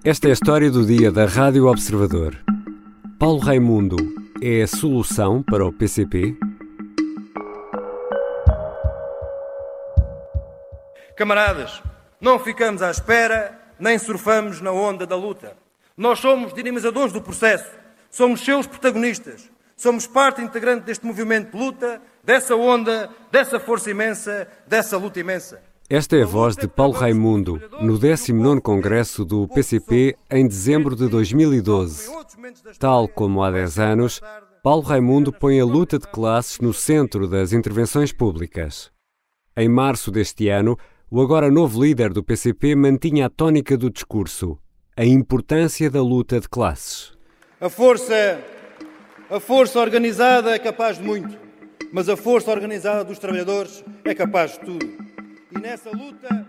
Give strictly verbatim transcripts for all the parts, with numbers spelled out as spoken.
Esta é a história do dia da Rádio Observador. Paulo Raimundo é a solução para o P C P? Camaradas, não ficamos à espera, nem surfamos na onda da luta. Nós somos dinamizadores do processo, somos seus protagonistas, somos parte integrante deste movimento de luta, dessa onda, dessa força imensa, dessa luta imensa. Esta é a voz de Paulo Raimundo, no décimo nono Congresso do P C P, em dezembro de dois mil e doze. Tal como há dez anos, Paulo Raimundo põe a luta de classes no centro das intervenções públicas. Em março deste ano, o agora novo líder do P C P mantinha a tónica do discurso: a importância da luta de classes. A força, a força organizada é capaz de muito, mas a força organizada dos trabalhadores é capaz de tudo. E nessa luta...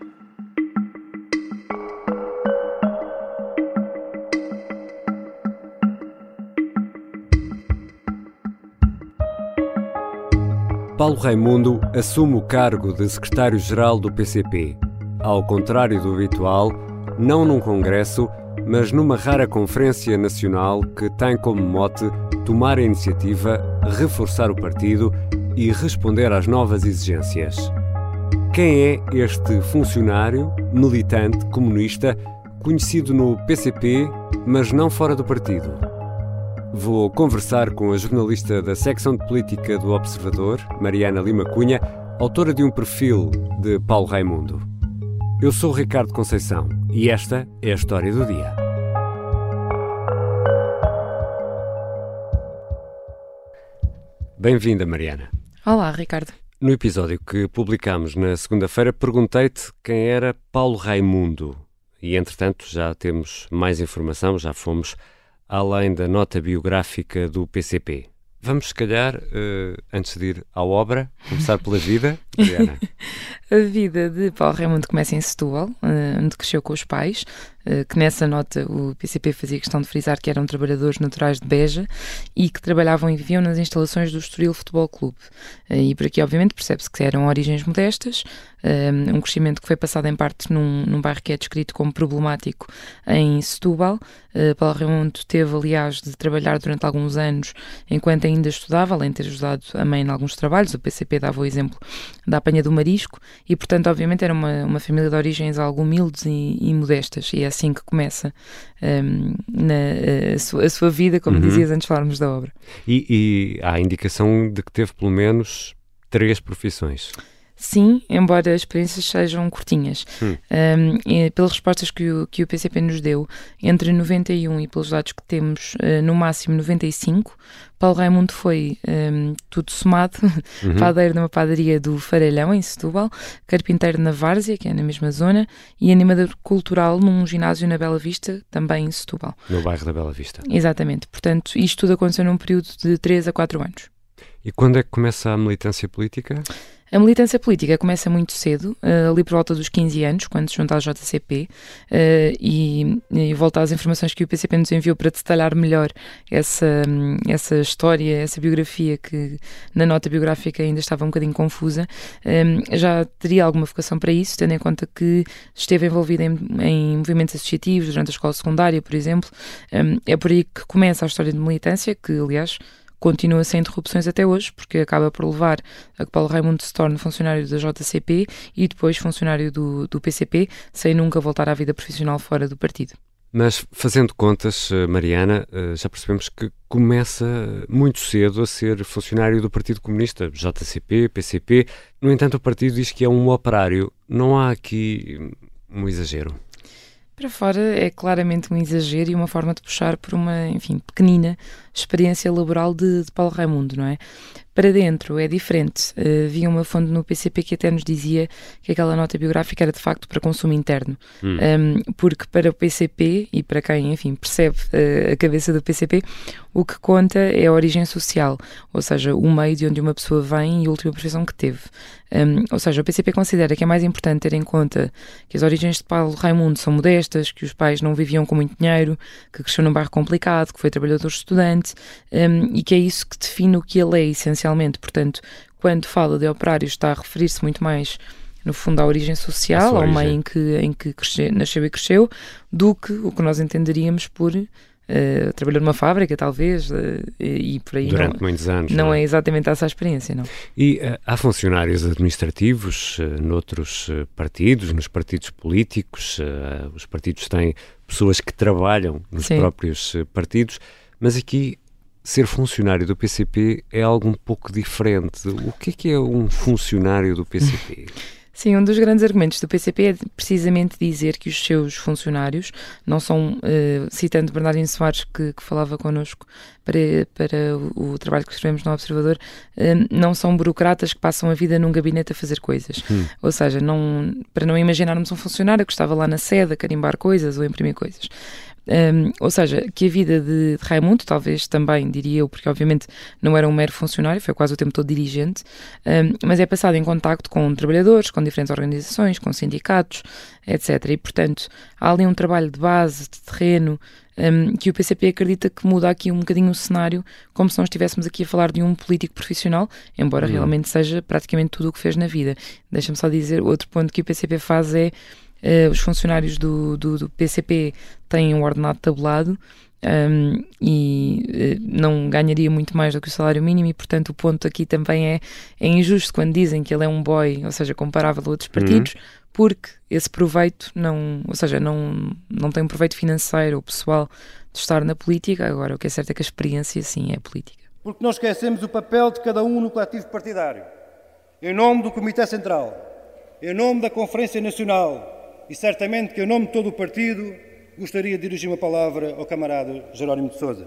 Paulo Raimundo assume o cargo de secretário-geral do P C P, ao contrário do habitual, não num congresso, mas numa rara conferência nacional que tem como mote tomar a iniciativa, reforçar o partido e responder às novas exigências. Quem é este funcionário, militante, comunista, conhecido no P C P, mas não fora do partido? Vou conversar com a jornalista da secção de política do Observador, Mariana Lima Cunha, autora de um perfil de Paulo Raimundo. Eu sou o Ricardo Conceição e esta é a história do dia. Bem-vinda, Mariana. Olá, Ricardo. No episódio que publicámos na segunda-feira, perguntei-te quem era Paulo Raimundo. E, entretanto, já temos mais informação, já fomos além da nota biográfica do P C P. Vamos, se calhar, uh, antes de ir à obra, começar pela vida, Mariana. A vida de Paulo Raimundo começa em Setúbal, uh, onde cresceu com os pais, uh, que nessa nota o P C P fazia questão de frisar que eram trabalhadores naturais de Beja e que trabalhavam e viviam nas instalações do Estoril Futebol Clube. Uh, e por aqui, obviamente, percebe-se que eram origens modestas, uh, um crescimento que foi passado em parte num, num bairro que é descrito como problemático em Setúbal. Uh, Paulo Raimundo teve, aliás, de trabalhar durante alguns anos enquanto ainda estudava, além de ter ajudado a mãe em alguns trabalhos. O P C P dava o exemplo da apanha do marisco e, portanto, obviamente era uma, uma família de origens algo humildes e, e modestas, e é assim que começa um, na, a, sua, a sua vida, como uhum. dizias antes de falarmos da obra. E, e há a indicação de que teve pelo menos três profissões. Sim, embora as experiências sejam curtinhas. Hum. Um, e pelas respostas que o, que o P C P nos deu, entre noventa e um e pelos dados que temos, uh, no máximo noventa e cinco, Paulo Raimundo foi um, tudo somado, uhum. padeiro numa padaria do Farelhão, em Setúbal, carpinteiro na Várzea, que é na mesma zona, e animador cultural num ginásio na Bela Vista, também em Setúbal. No bairro da Bela Vista. Exatamente. Portanto, isto tudo aconteceu num período de três a quatro anos. E quando é que começa a militância política? A militância política começa muito cedo, uh, ali por volta dos quinze anos, quando se junta ao J C P, uh, e, e volta às informações que o P C P nos enviou para detalhar melhor essa, essa história, essa biografia que na nota biográfica ainda estava um bocadinho confusa. Um, já teria alguma vocação para isso, tendo em conta que esteve envolvida em, em movimentos associativos durante a escola secundária, por exemplo. Um, é por aí que começa a história de militância, que, aliás, continua sem interrupções até hoje, porque acaba por levar a que Paulo Raimundo se torne funcionário da J C P e depois funcionário do, do P C P, sem nunca voltar à vida profissional fora do partido. Mas, fazendo contas, Mariana, já percebemos que começa muito cedo a ser funcionário do Partido Comunista, J C P, P C P. No entanto, o partido diz que é um operário. Não há aqui um exagero? Para fora é claramente um exagero e uma forma de puxar por uma, enfim, pequenina experiência laboral de, de Paulo Raimundo, não é? Para dentro é diferente. Uh, havia uma fonte no P C P que até nos dizia que aquela nota biográfica era de facto para consumo interno. Hum. Um, porque para o P C P e para quem, enfim, percebe uh, a cabeça do P C P, o que conta é a origem social, ou seja, o meio de onde uma pessoa vem e a última profissão que teve. Um, ou seja, o P C P considera que é mais importante ter em conta que as origens de Paulo Raimundo são modestas, que os pais não viviam com muito dinheiro, que cresceu num bairro complicado, que foi trabalhador estudante, um, e que é isso que define o que ele é essencialmente. Portanto, quando fala de operários está a referir-se muito mais no fundo, à origem social, ao origem. meio em que, em que cresce, nasceu e cresceu, do que o que nós entenderíamos por uh, trabalhar numa fábrica, talvez, uh, e, e por aí. Durante não, muitos anos. Não, não é exatamente essa a experiência, não. E uh, há funcionários administrativos uh, noutros uh, partidos, nos partidos políticos, uh, os partidos têm pessoas que trabalham nos Sim. próprios uh, partidos, mas aqui ser funcionário do P C P é algo um pouco diferente. O que é que é um funcionário do P C P? Sim, um dos grandes argumentos do P C P é precisamente dizer que os seus funcionários não são, uh, citando Bernardino Soares, que, que falava connosco para, para o, o trabalho que escrevemos no Observador, uh, não são burocratas que passam a vida num gabinete a fazer coisas. Hum. Ou seja, não, para não imaginarmos um funcionário que estava lá na sede a carimbar coisas ou a imprimir coisas. Um, ou seja, que a vida de, de Raimundo, talvez também, diria eu, porque obviamente não era um mero funcionário, foi quase o tempo todo dirigente, um, mas é passado em contacto com trabalhadores, com diferentes organizações, com sindicatos, etcétera. E, portanto, há ali um trabalho de base, de terreno, um, que o P C P acredita que muda aqui um bocadinho o cenário, como se nós estivéssemos aqui a falar de um político profissional, embora uhum. realmente seja praticamente tudo o que fez na vida. Deixa-me só dizer, outro ponto que o P C P faz é Uh, os funcionários do, do, do P C P têm um ordenado tabulado um, e uh, não ganharia muito mais do que o salário mínimo e, portanto, o ponto aqui também é, é injusto quando dizem que ele é um boy, ou seja, comparável a outros partidos, uhum. porque esse proveito não, ou seja, não, não tem um proveito financeiro ou pessoal de estar na política. Agora, o que é certo é que a experiência, sim, é política. Porque não esquecemos o papel de cada um no coletivo partidário. Em nome do Comitê Central, em nome da Conferência Nacional, e certamente que, em nome de todo o partido, gostaria de dirigir uma palavra ao camarada Jerónimo de Sousa.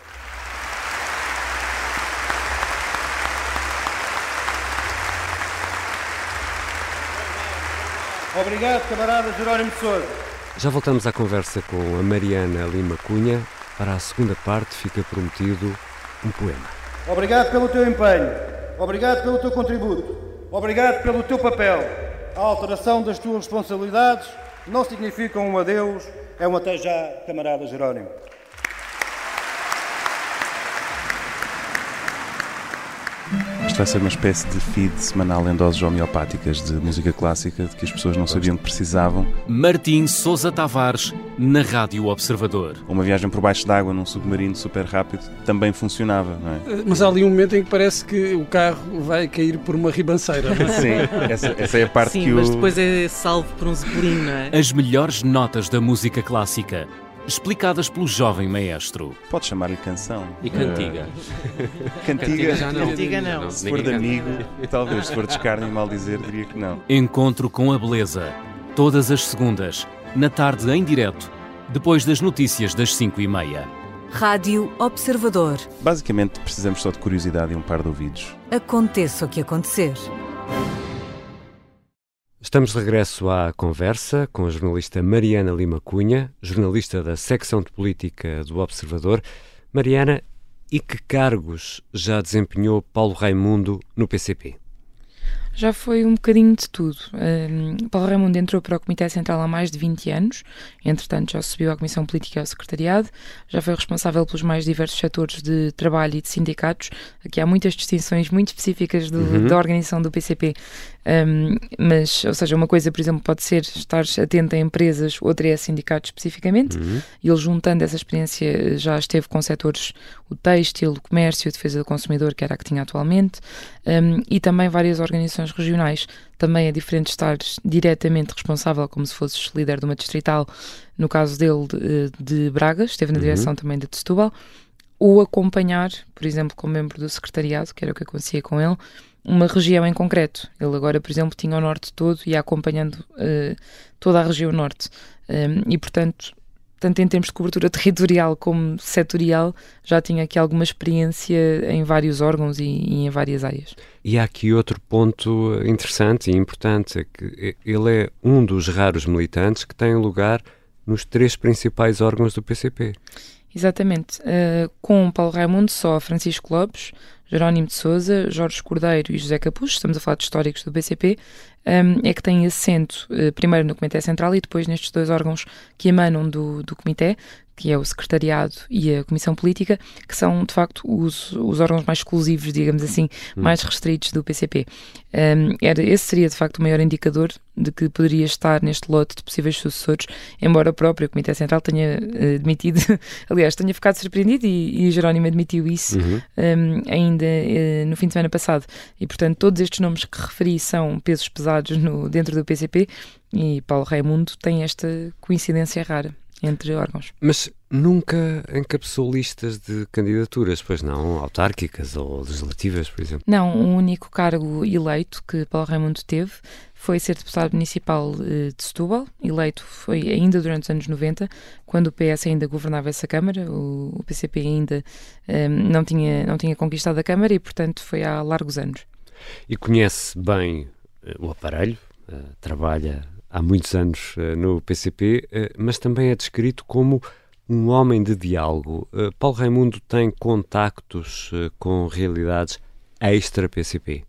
Obrigado, camarada Jerónimo de Sousa. Já voltamos à conversa com a Mariana Lima Cunha. Para a segunda parte fica prometido um poema. Obrigado pelo teu empenho, obrigado pelo teu contributo, obrigado pelo teu papel. A alteração das tuas responsabilidades não significa um adeus, é um até já, camarada Jerónimo. Isto vai ser uma espécie de feed semanal em doses homeopáticas de música clássica de que as pessoas não sabiam que precisavam. Martim Sousa Tavares, na Rádio Observador. Uma viagem por baixo d'água num submarino super rápido também funcionava, não é? Mas há ali um momento em que parece que o carro vai cair por uma ribanceira. Não é? Sim, essa, essa é a parte Sim, que o... mas depois é salvo por um zeppelin, não é? As melhores notas da música clássica, explicadas pelo jovem maestro. Pode chamar-lhe canção. E cantiga? Uh... Cantiga, cantiga já não. Cantiga não. Se for de amigo, talvez. Se for de escárnio e mal dizer, diria que não. Encontro com a beleza. Todas as segundas, na tarde em direto, depois das notícias das cinco e meia. Rádio Observador. Basicamente, precisamos só de curiosidade e um par de ouvidos. Aconteça o que acontecer. Estamos de regresso à conversa com a jornalista Mariana Lima Cunha, jornalista da secção de política do Observador. Mariana, e que cargos já desempenhou Paulo Raimundo no P C P? Já foi um bocadinho de tudo. Um, Paulo Raimundo entrou para o Comitê Central há mais de vinte anos, entretanto já subiu à Comissão Política e ao Secretariado, já foi responsável pelos mais diversos setores de trabalho e de sindicatos. Aqui há muitas distinções muito específicas do, uhum. da organização do P C P, um, mas, ou seja, uma coisa, por exemplo, pode ser estar atento a empresas, outra é a sindicatos especificamente, uhum. e ele, juntando essa experiência, já esteve com setores, o têxtil, o comércio, a defesa do consumidor, que era a que tinha atualmente, um, e também várias organizações regionais. Também é diferente estar diretamente responsável, como se fosses líder de uma distrital, no caso dele de, de Braga, esteve na direção uhum. também de Setúbal, ou acompanhar, por exemplo, como membro do secretariado, que era o que acontecia com ele, uma região em concreto. Ele agora, por exemplo, tinha o norte todo e ia acompanhando uh, toda a região norte. Um, e, portanto, tanto em termos de cobertura territorial como setorial, já tinha aqui alguma experiência em vários órgãos e, e em várias áreas. E há aqui outro ponto interessante e importante, é que ele é um dos raros militantes que tem lugar nos três principais órgãos do P C P. Exatamente. Uh, com Paulo Raimundo, só Francisco Lopes, Jerónimo de Sousa, Jorge Cordeiro e José Capucho, estamos a falar de históricos do P C P, um, é que têm assento uh, primeiro no Comitê Central e depois nestes dois órgãos que emanam do, do Comitê, que é o Secretariado e a Comissão Política, que são, de facto, os, os órgãos mais exclusivos, digamos assim, hum. mais restritos do P C P. Um, era, esse seria, de facto, o maior indicador de que poderia estar neste lote de possíveis sucessores, embora o próprio Comitê Central tenha uh, admitido, aliás, tenha ficado surpreendido, e, e Jerónimo admitiu isso uhum. um, ainda uh, no fim de semana passado. E, portanto, todos estes nomes que referi são pesos pesados no, dentro do P C P, e Paulo Raimundo tem esta coincidência rara entre órgãos. Mas nunca encabeçou listas de candidaturas, pois não? Autárquicas ou legislativas, por exemplo? Não, o único cargo eleito que Paulo Raimundo teve foi ser deputado municipal de Setúbal. Eleito foi ainda durante os anos noventa, quando o P S ainda governava essa Câmara. O, o P C P ainda um, não, tinha, não tinha conquistado a Câmara e, portanto, foi há largos anos. E conhece bem uh, o aparelho, uh, trabalha há muitos anos uh, no P C P, uh, mas também é descrito como um homem de diálogo. Uh, Paulo Raimundo tem contactos uh, com realidades extra-P C P?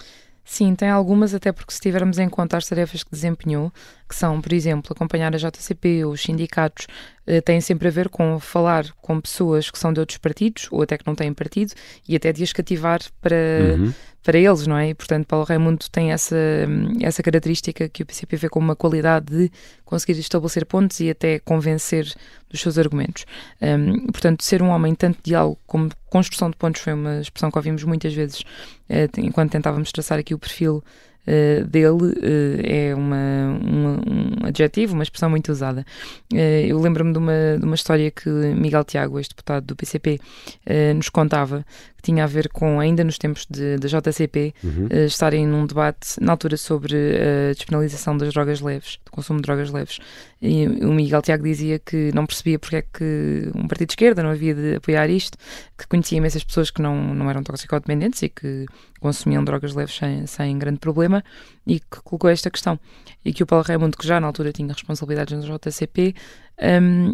Sim, tem algumas, até porque se tivermos em conta as tarefas que desempenhou, que são, por exemplo, acompanhar a J C P ou os sindicatos, eh, têm sempre a ver com falar com pessoas que são de outros partidos, ou até que não têm partido, e até de as cativar para, uhum. para eles, não é? E, portanto, Paulo Raimundo tem essa, essa característica que o P C P vê como uma qualidade de conseguir estabelecer pontos e até convencer dos seus argumentos. Um, portanto, ser um homem tanto de diálogo como construção de pontos foi uma expressão que ouvimos muitas vezes uh, enquanto tentávamos traçar aqui o perfil Uh, dele, uh, é uma, uma, um adjetivo, uma expressão muito usada. Uh, eu lembro-me de uma, de uma história que Miguel Tiago, ex-deputado do P C P, uh, nos contava, que tinha a ver com, ainda nos tempos da J C P, uhum. uh, estarem num debate na altura sobre a despenalização das drogas leves, do consumo de drogas leves. E o Miguel Tiago dizia que não percebia porque é que um partido de esquerda não havia de apoiar isto, que conhecia imensas pessoas que não, não eram toxicodependentes e que consumiam drogas leves sem, sem grande problema, e que colocou esta questão. E que o Paulo Raimundo, que já na altura tinha responsabilidades na J C P, um,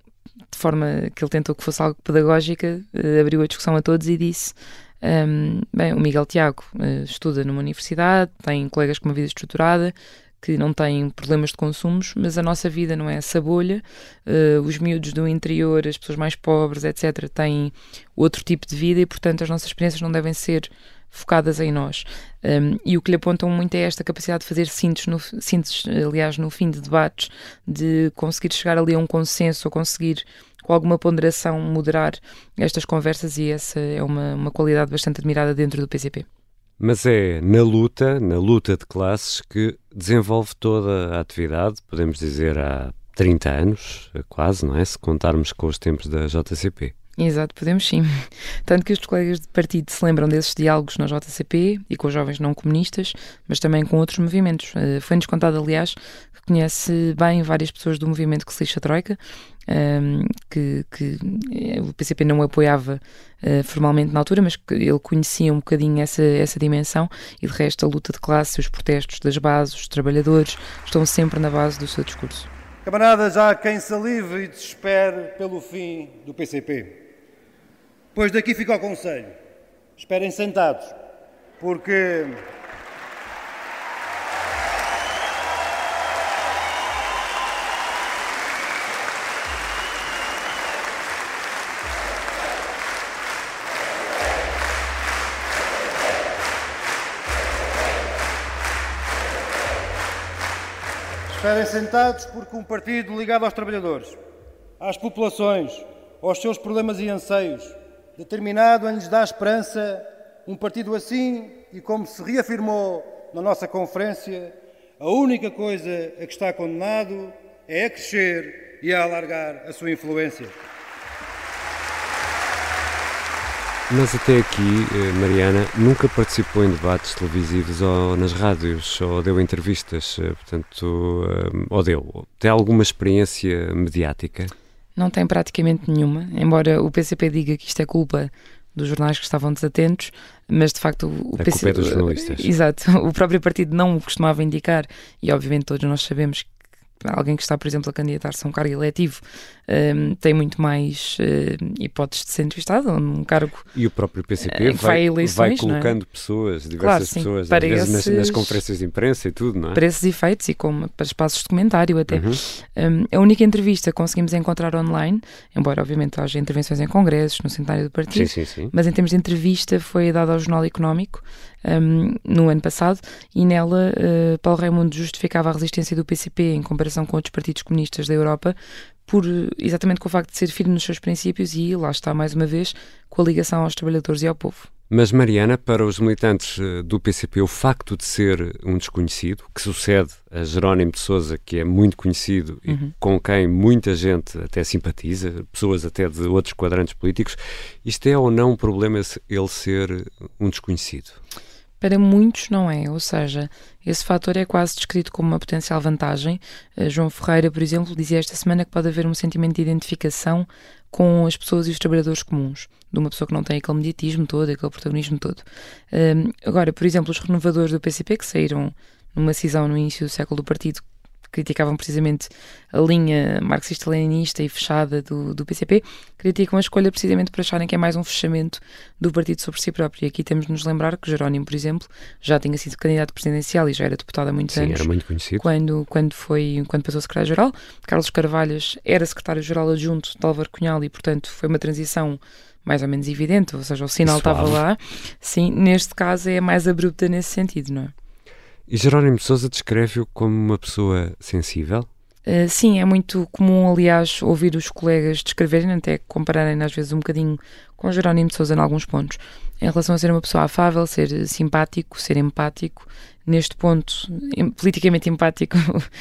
de forma que ele tentou que fosse algo pedagógica, uh, abriu a discussão a todos e disse: um, bem, o Miguel Tiago uh, estuda numa universidade, tem colegas com uma vida estruturada, que não têm problemas de consumos, mas a nossa vida não é essa bolha. Uh, os miúdos do interior, as pessoas mais pobres, etcétera, têm outro tipo de vida e, portanto, as nossas experiências não devem ser focadas em nós. Um, e o que lhe apontam muito é esta capacidade de fazer síntese, no, síntese, aliás, no fim de debates, de conseguir chegar ali a um consenso ou conseguir, com alguma ponderação, moderar estas conversas, e essa é uma, uma qualidade bastante admirada dentro do P C P. Mas é na luta, na luta de classes, que desenvolve toda a atividade, podemos dizer há trinta anos, quase, não é? Se contarmos com os tempos da J C P. Exato, podemos sim. Tanto que os colegas de partido se lembram desses diálogos na J C P e com os jovens não comunistas, mas também com outros movimentos. Uh, foi-nos contado, aliás, que conhece bem várias pessoas do movimento que se lixa a Troika, um, que, que o P C P não apoiava uh, formalmente na altura, mas que ele conhecia um bocadinho essa, essa dimensão, e de resto a luta de classe, os protestos das bases, os trabalhadores, estão sempre na base do seu discurso. Camaradas, há quem se alivie e desespere pelo fim do P C P. Pois daqui fica o conselho. Esperem sentados, porque... Esperem sentados porque um partido ligado aos trabalhadores, às populações, aos seus problemas e anseios, determinado em lhes dar esperança, um partido assim, e como se reafirmou na nossa conferência, a única coisa a que está condenado é a crescer e a alargar a sua influência. Mas até aqui, Mariana, nunca participou em debates televisivos ou nas rádios, ou deu entrevistas, portanto, ou deu. Tem alguma experiência mediática? Não tem praticamente nenhuma, embora o P C P diga que isto é culpa dos jornais que estavam desatentos, mas de facto o a P C P... culpa é dos jornalistas. Exato, o próprio partido não o costumava indicar, e obviamente todos nós sabemos que alguém que está, por exemplo, a candidatar-se a um cargo eletivo um, tem muito mais uh, hipóteses de ser entrevistado, ou num cargo... E o próprio P C P uh, vai, vai, eleições, vai colocando é? pessoas, diversas claro, sim, pessoas, às vezes esses, nas, nas conferências de imprensa e tudo, não é? Para esses efeitos e como para espaços de comentário até. Uhum. Um, a única entrevista que conseguimos encontrar online, embora obviamente haja intervenções em congressos, no centenário do partido, sim, sim, sim. mas em termos de entrevista foi dada ao Jornal Económico um, no ano passado, e nela uh, Paulo Raimundo justificava a resistência do P C P em comparação com outros partidos comunistas da Europa por, exatamente com o facto de ser firme nos seus princípios e, lá está mais uma vez, com a ligação aos trabalhadores e ao povo. Mas, Mariana, para os militantes do P C P, o facto de ser um desconhecido, que sucede a Jerónimo de Sousa, que é muito conhecido e uhum. com quem muita gente até simpatiza, pessoas até de outros quadrantes políticos, isto é ou não um problema ele ser um desconhecido? Para muitos não é, ou seja, esse fator é quase descrito como uma potencial vantagem. Uh, João Ferreira, por exemplo, dizia esta semana que pode haver um sentimento de identificação com as pessoas e os trabalhadores comuns, de uma pessoa que não tem aquele mediatismo todo, aquele protagonismo todo. Uh, agora, por exemplo, os renovadores do P C P, que saíram numa cisão no início do século do partido, criticavam precisamente a linha marxista-leninista e fechada do, do P C P, criticam a escolha precisamente por acharem que é mais um fechamento do partido sobre si próprio. E aqui temos de nos lembrar que Jerónimo, por exemplo, já tinha sido candidato presidencial e já era deputado há muitos Sim, anos. Era muito conhecido. Quando, quando, foi, quando passou a secretário-geral. Carlos Carvalhas era secretário-geral adjunto de Álvaro Cunhal e, portanto, foi uma transição mais ou menos evidente, ou seja, o sinal estava lá. Sim, neste caso é mais abrupta nesse sentido, não é? E Jerónimo de Sousa descreve-o como uma pessoa sensível? Uh, sim, é muito comum, aliás, ouvir os colegas descreverem, até compararem às vezes um bocadinho com Jerónimo de Sousa em alguns pontos, em relação a ser uma pessoa afável, ser simpático, ser empático. Neste ponto, em, politicamente empático,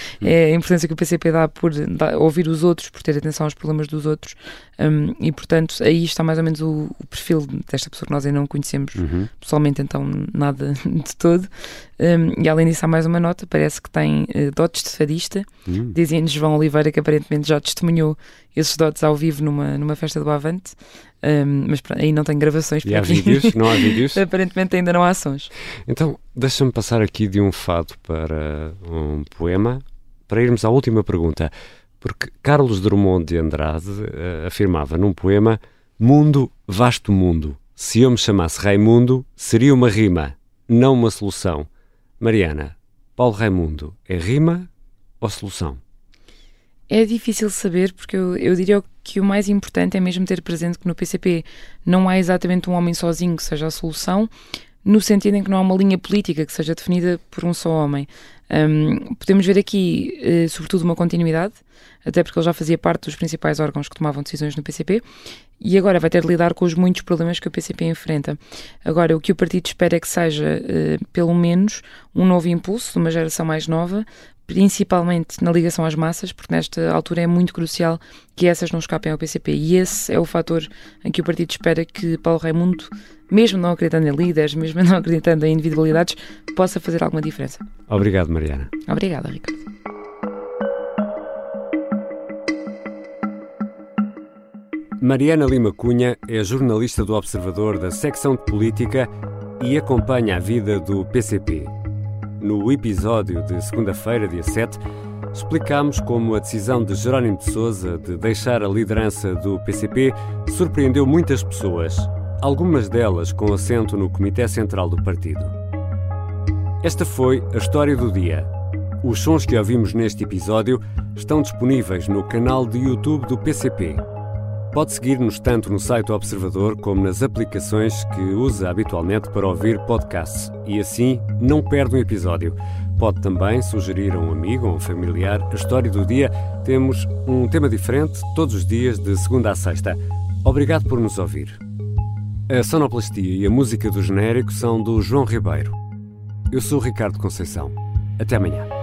é a importância que o P C P dá por dá, ouvir os outros, por ter atenção aos problemas dos outros, um, e portanto aí está mais ou menos o, o perfil desta pessoa que nós ainda não conhecemos uhum. pessoalmente, então nada de todo. Um, e além disso há mais uma nota, parece que tem uh, dotes de fadista. Uhum. Dizia-nos João Oliveira que aparentemente já testemunhou esses dotes ao vivo numa, numa festa do Avante. Um, mas aí não tem gravações. E há vídeos? Não há vídeos? Aparentemente ainda não há sons. Então, deixa-me passar aqui de um fado para um poema, para irmos à última pergunta. Porque Carlos Drummond de Andrade uh, afirmava num poema: mundo, vasto mundo, se eu me chamasse Raimundo, seria uma rima, não uma solução. Mariana, Paulo Raimundo é rima ou solução? É difícil saber, porque eu, eu diria que o mais importante é mesmo ter presente que no P C P não há exatamente um homem sozinho que seja a solução, no sentido em que não há uma linha política que seja definida por um só homem. Um, podemos ver aqui, uh, sobretudo, uma continuidade, até porque ele já fazia parte dos principais órgãos que tomavam decisões no P C P e agora vai ter de lidar com os muitos problemas que o P C P enfrenta. Agora, o que o partido espera é que seja, uh, pelo menos, um novo impulso de uma geração mais nova, principalmente na ligação às massas, porque nesta altura é muito crucial que essas não escapem ao P C P. E esse é o fator em que o partido espera que Paulo Raimundo, mesmo não acreditando em líderes, mesmo não acreditando em individualidades, possa fazer alguma diferença. Obrigado, Mariana. Obrigada, Ricardo. Mariana Lima Cunha é jornalista do Observador da secção de Política e acompanha a vida do P C P. No episódio de segunda-feira, dia sete, explicámos como a decisão de Jerónimo de Sousa de deixar a liderança do P C P surpreendeu muitas pessoas, algumas delas com assento no Comitê Central do partido. Esta foi a história do dia. Os sons que ouvimos neste episódio estão disponíveis no canal de YouTube do P C P. Pode seguir-nos tanto no site do Observador como nas aplicações que usa habitualmente para ouvir podcasts e assim não perde um episódio. Pode também sugerir a um amigo ou um familiar a história do dia. Temos um tema diferente todos os dias de segunda a sexta. Obrigado por nos ouvir. A sonoplastia e a música do genérico são do João Ribeiro. Eu sou o Ricardo Conceição. Até amanhã.